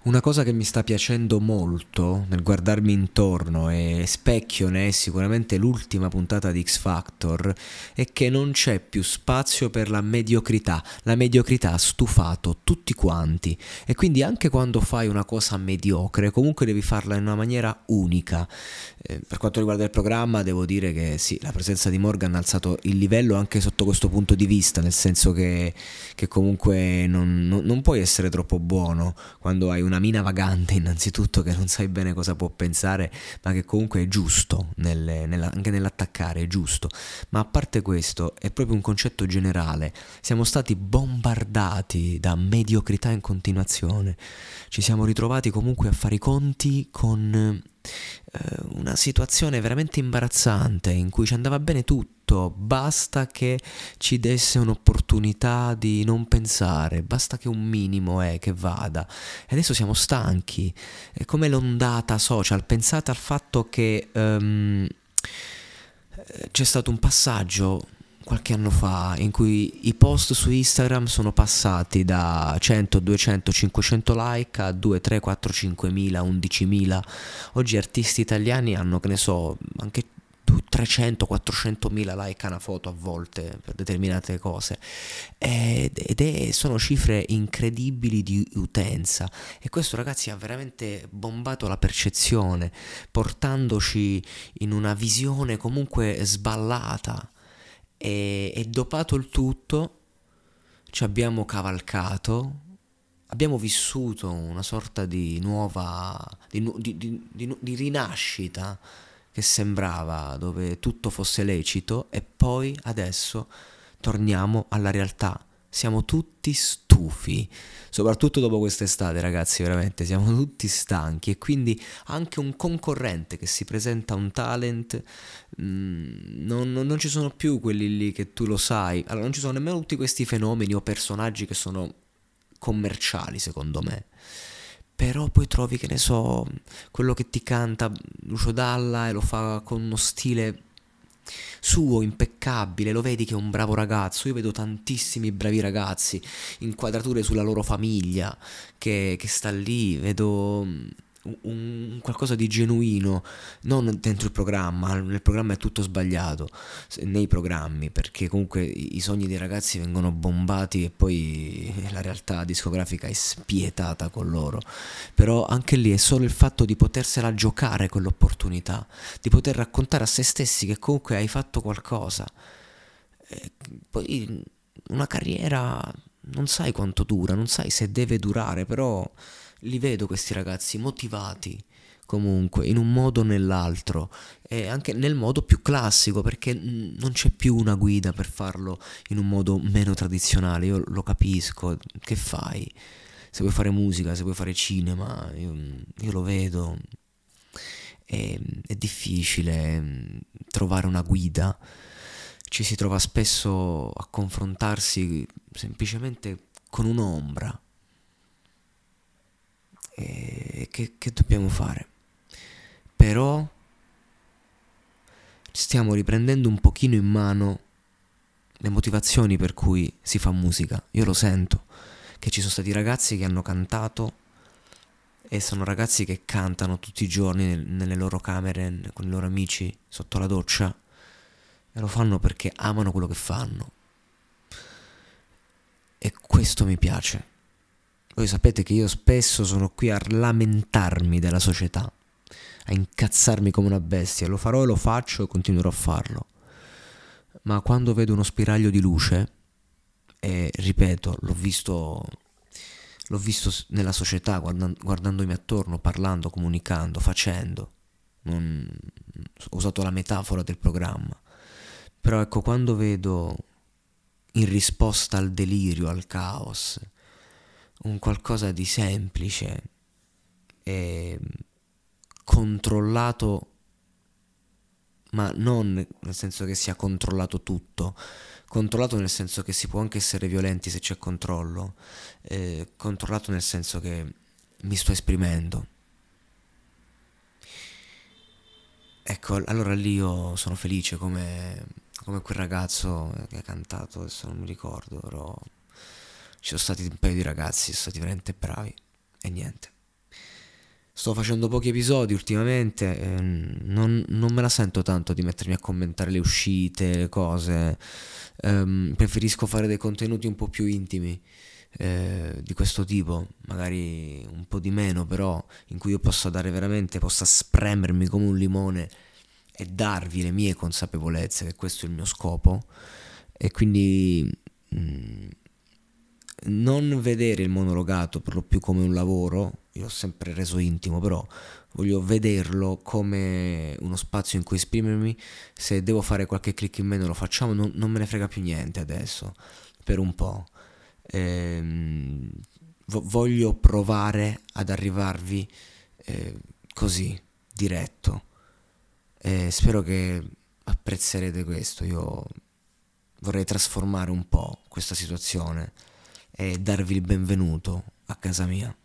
Una cosa che mi sta piacendo molto nel guardarmi intorno e specchio ne è sicuramente l'ultima puntata di X Factor è che non c'è più spazio per la mediocrità. La mediocrità ha stufato tutti quanti e quindi anche quando fai una cosa mediocre comunque devi farla in una maniera unica. Per quanto riguarda il programma devo dire che sì, la presenza di Morgan ha alzato il livello anche sotto questo punto di vista, nel senso che comunque non puoi essere troppo buono quando hai una mina vagante innanzitutto che non sai bene cosa può pensare, ma che comunque è giusto anche nell'attaccare, è giusto. Ma a parte questo, è proprio un concetto generale. Siamo stati bombardati da mediocrità in continuazione. Ci siamo ritrovati comunque a fare i conti con una situazione veramente imbarazzante in cui ci andava bene tutto, basta che ci desse un'opportunità di non pensare, basta che un minimo è che vada. E adesso siamo stanchi, è come l'ondata social, pensate al fatto che c'è stato un passaggio qualche anno fa in cui i post su Instagram sono passati da 100, 200, 500 like a 2, 3, 4, 5.000, 11.000. Oggi artisti italiani hanno, che ne so, anche 300, 400.000 like a una foto a volte per determinate cose sono cifre incredibili di utenza e questo ragazzi ha veramente bombato la percezione portandoci in una visione comunque sballata e dopato il tutto ci abbiamo cavalcato, abbiamo vissuto una sorta di nuova, di rinascita che sembrava dove tutto fosse lecito e poi adesso torniamo alla realtà. Siamo tutti stufi, soprattutto dopo quest'estate, ragazzi, veramente siamo tutti stanchi e quindi anche un concorrente che si presenta un talent, non ci sono più quelli lì che tu lo sai. Allora, non ci sono nemmeno tutti questi fenomeni o personaggi che sono commerciali, secondo me. Però poi trovi, che ne so, quello che ti canta Lucio Dalla e lo fa con uno stile suo, impeccabile, lo vedi che è un bravo ragazzo, io vedo tantissimi bravi ragazzi, inquadrature sulla loro famiglia, che sta lì, vedo un qualcosa di genuino, non dentro il programma, nel programma è tutto sbagliato, nei programmi, perché comunque i sogni dei ragazzi vengono bombati e poi la realtà discografica è spietata con loro, però anche lì è solo il fatto di potersela giocare quell'opportunità, di poter raccontare a se stessi che comunque hai fatto qualcosa. E poi una carriera non sai quanto dura, non sai se deve durare, però li vedo questi ragazzi motivati comunque in un modo o nell'altro e anche nel modo più classico perché non c'è più una guida per farlo in un modo meno tradizionale, io lo capisco, che fai? Se vuoi fare musica, se vuoi fare cinema, io lo vedo, è difficile trovare una guida, ci si trova spesso a confrontarsi semplicemente con un'ombra. E che dobbiamo fare? Però stiamo riprendendo un pochino in mano le motivazioni per cui si fa musica. Io lo sento, che ci sono stati ragazzi che hanno cantato e sono ragazzi che cantano tutti i giorni nelle loro camere con i loro amici sotto la doccia e lo fanno perché amano quello che fanno. E questo mi piace. Voi sapete che io spesso sono qui a lamentarmi della società, a incazzarmi come una bestia. Lo farò e lo faccio e continuerò a farlo. Ma quando vedo uno spiraglio di luce, e ripeto, l'ho visto nella società, guardandomi attorno, parlando, comunicando, facendo. Ho usato la metafora del programma. Però ecco, quando vedo in risposta al delirio, al caos, un qualcosa di semplice e controllato, ma non nel senso che sia controllato tutto, controllato nel senso che si può anche essere violenti se c'è controllo, controllato nel senso che mi sto esprimendo. Ecco, allora lì io sono felice come quel ragazzo che ha cantato, adesso non mi ricordo, però ci sono stati un paio di ragazzi, sono stati veramente bravi e niente. sto facendo pochi episodi ultimamente, non me la sento tanto di mettermi a commentare le uscite, le cose. Preferisco fare dei contenuti un po' più intimi, di questo tipo, magari un po' di meno, però in cui io possa spremermi come un limone e darvi le mie consapevolezze, che questo è il mio scopo. E quindi non vedere il monologato per lo più come un lavoro, io l'ho sempre reso intimo, però voglio vederlo come uno spazio in cui esprimermi. Se devo fare qualche click in meno lo facciamo, non me ne frega più niente adesso, per un po'. Ehm, Voglio provare ad arrivarvi così, diretto. E spero che apprezzerete questo. Io vorrei trasformare un po' questa situazione e darvi il benvenuto a casa mia.